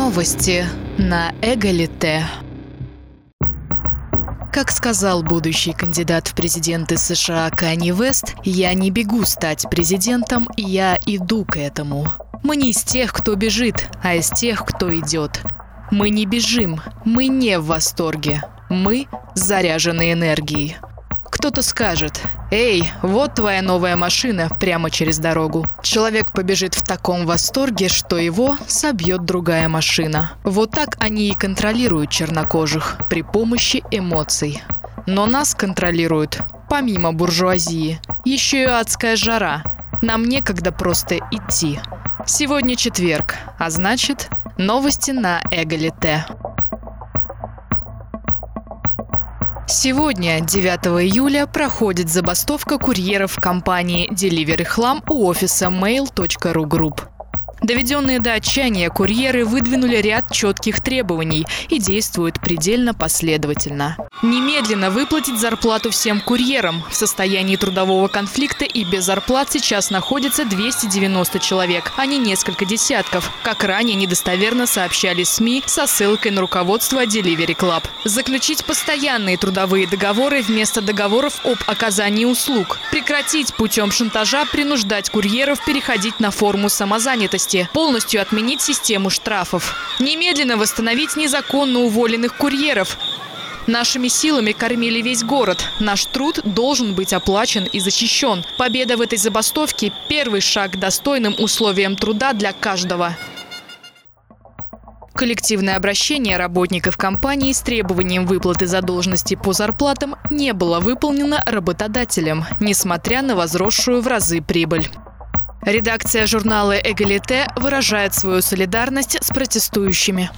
Новости на Эгалите. Как сказал будущий кандидат в президенты США Канье Уэст, «Я не бегу стать президентом, я иду к этому». Мы не из тех, кто бежит, а из тех, кто идет. Мы не бежим, мы не в восторге, мы заряжены энергией. Кто-то скажет: «Эй, вот твоя новая машина прямо через дорогу». Человек побежит в таком восторге, что его собьет другая машина. Вот так они и контролируют чернокожих при помощи эмоций. Но нас контролируют, помимо буржуазии, еще и адская жара. Нам некогда просто идти. Сегодня четверг, а значит, новости на Эгалите. Сегодня, 9 июля, проходит забастовка курьеров компании Delivery Хлам у офиса mail.ru Group. Доведенные до отчаяния курьеры выдвинули ряд четких требований и действуют предельно последовательно. Немедленно выплатить зарплату всем курьерам. В состоянии трудового конфликта и без зарплат сейчас находится 290 человек, а не несколько десятков, как ранее недостоверно сообщали СМИ со ссылкой на руководство Delivery Club. Заключить постоянные трудовые договоры вместо договоров об оказании услуг. Прекратить путем шантажа принуждать курьеров переходить на форму самозанятости. Полностью отменить систему штрафов. Немедленно восстановить незаконно уволенных курьеров. Нашими силами кормили весь город. Наш труд должен быть оплачен и защищен. Победа в этой забастовке – первый шаг к достойным условиям труда для каждого. Коллективное обращение работников компании с требованием выплаты задолженности по зарплатам не было выполнено работодателем, несмотря на возросшую в разы прибыль. Редакция журнала «Эгалите» выражает свою солидарность с протестующими.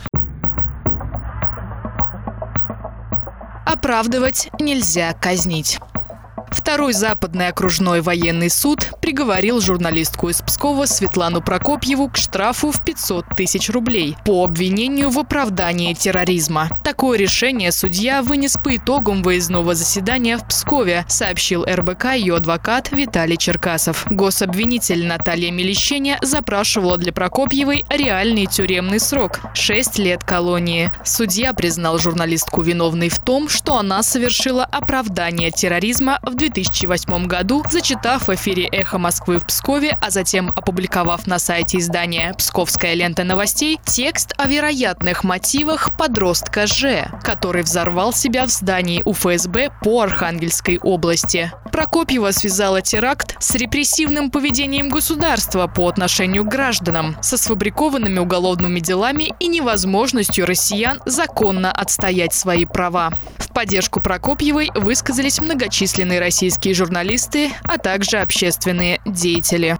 Оправдывать нельзя казнить. Второй западный окружной военный суд приговорил журналистку из Пскова Светлану Прокопьеву к штрафу в 500 тысяч рублей по обвинению в оправдании терроризма. Такое решение судья вынес по итогам выездного заседания в Пскове, сообщил РБК ее адвокат Виталий Черкасов. Гособвинитель Наталья Мелещеня запрашивала для Прокопьевой реальный тюремный срок – 6 лет колонии. Судья признал журналистку виновной в том, что она совершила оправдание терроризма в 2008 году, зачитав в эфире «Эхо Москвы» в Пскове, а затем опубликовав на сайте издания «Псковская лента новостей» текст о вероятных мотивах подростка Ж, который взорвал себя в здании УФСБ по Архангельской области. Прокопьева связала теракт с репрессивным поведением государства по отношению к гражданам, со сфабрикованными уголовными делами и невозможностью россиян законно отстоять свои права. В поддержку Прокопьевой высказались многочисленные российские журналисты, а также общественные деятели.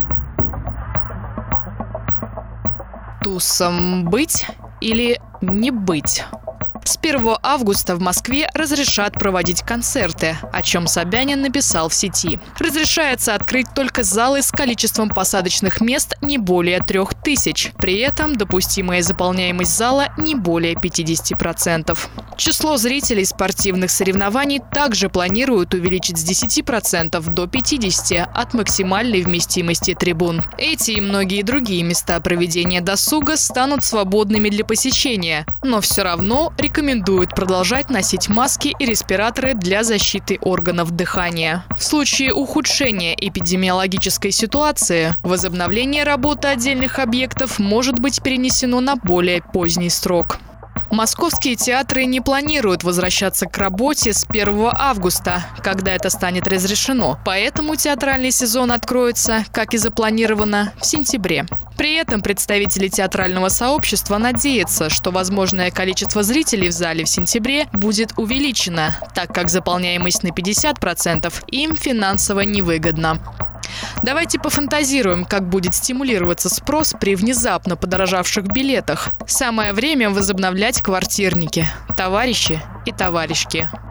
Тусом быть или не быть? С 1 августа в Москве разрешат проводить концерты, о чем Собянин написал в сети. Разрешается открыть только залы с количеством посадочных мест не более 3000. При этом допустимая заполняемость зала не более 50%. Число зрителей спортивных соревнований также планируют увеличить с 10% до 50% от максимальной вместимости трибун. Эти и многие другие места проведения досуга станут свободными для посещения, но все равно рекомендуют продолжать носить маски и респираторы для защиты органов дыхания. В случае ухудшения эпидемиологической ситуации возобновление работы отдельных объектов может быть перенесено на более поздний срок. Московские театры не планируют возвращаться к работе с 1 августа, когда это станет разрешено. Поэтому театральный сезон откроется, как и запланировано, в сентябре. При этом представители театрального сообщества надеются, что возможное количество зрителей в зале в сентябре будет увеличено, так как заполняемость на 50% им финансово невыгодна. Давайте пофантазируем, как будет стимулироваться спрос при внезапно подорожавших билетах. Самое время возобновлять квартирники. Товарищи и товарищки,